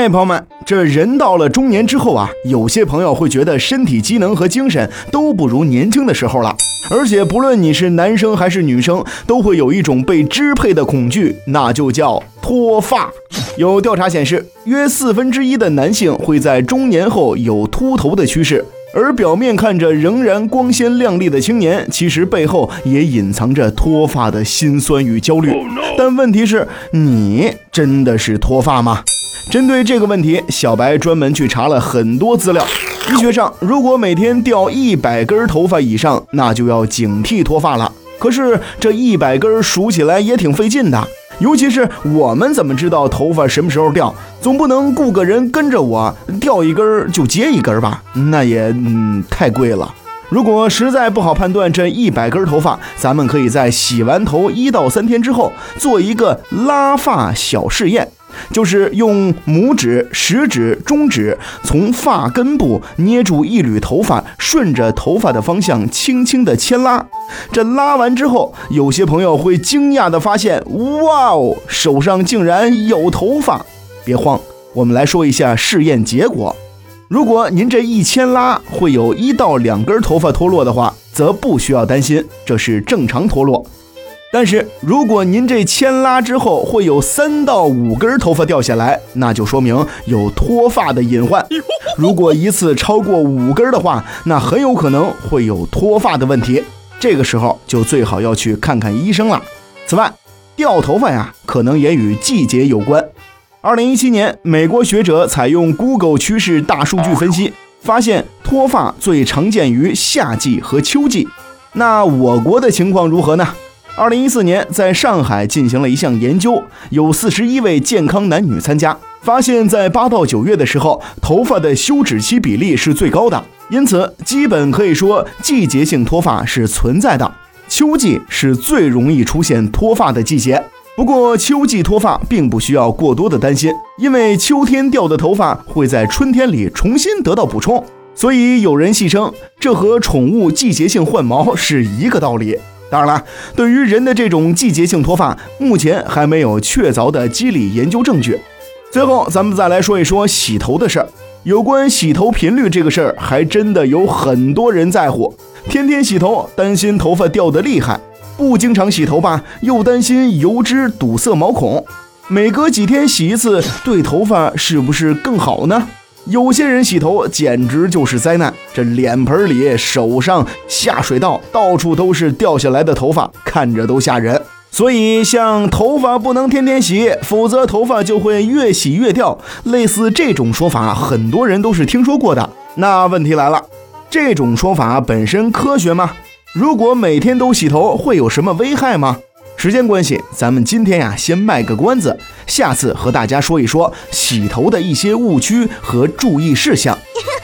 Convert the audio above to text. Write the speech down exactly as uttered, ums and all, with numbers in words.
哎，朋友们，这人到了中年之后啊，有些朋友会觉得身体机能和精神都不如年轻的时候了，而且不论你是男生还是女生，都会有一种被支配的恐惧，那就叫脱发。有调查显示，约四分之一的男性会在中年后有秃头的趋势，而表面看着仍然光鲜亮丽的青年，其实背后也隐藏着脱发的辛酸与焦虑。但问题是，你真的是脱发吗？针对这个问题，小白专门去查了很多资料。医学上，如果每天掉一百根头发以上，那就要警惕脱发了。可是这一百根数起来也挺费劲的，尤其是我们怎么知道头发什么时候掉？总不能雇个人跟着我掉一根就接一根吧？那也嗯太贵了。如果实在不好判断这一百根头发，咱们可以在洗完头一到三天之后做一个拉发小试验。就是用拇指、食指、中指从发根部捏住一缕头发，顺着头发的方向轻轻的牵拉。这拉完之后，有些朋友会惊讶的发现，哇哦，手上竟然有头发。别慌，我们来说一下试验结果。如果您这一牵拉会有一到两根头发脱落的话，则不需要担心，这是正常脱落。但是如果您这牵拉之后会有三到五根头发掉下来，那就说明有脱发的隐患。如果一次超过五根的话，那很有可能会有脱发的问题，这个时候就最好要去看看医生了。此外，掉头发呀，可能也与季节有关。二零一七年，美国学者采用 Google 趋势大数据分析，发现脱发最常见于夏季和秋季。那我国的情况如何呢？二零一四年，在上海进行了一项研究，有四十一位健康男女参加，发现在八到九月的时候，头发的休止期比例是最高的，因此基本可以说季节性脱发是存在的。秋季是最容易出现脱发的季节，不过秋季脱发并不需要过多的担心，因为秋天掉的头发会在春天里重新得到补充，所以有人戏称这和宠物季节性换毛是一个道理。当然了，对于人的这种季节性脱发，目前还没有确凿的机理研究证据。最后，咱们再来说一说洗头的事儿。有关洗头频率这个事儿，还真的有很多人在乎。天天洗头，担心头发掉得厉害；不经常洗头吧，又担心油脂堵塞毛孔。每隔几天洗一次，对头发是不是更好呢？有些人洗头简直就是灾难，这脸盆里、手上、下水道到处都是掉下来的头发，看着都吓人。所以像头发不能天天洗，否则头发就会越洗越掉，类似这种说法很多人都是听说过的。那问题来了，这种说法本身科学吗？如果每天都洗头会有什么危害吗？时间关系，咱们今天呀先卖个关子，下次和大家说一说洗头的一些误区和注意事项。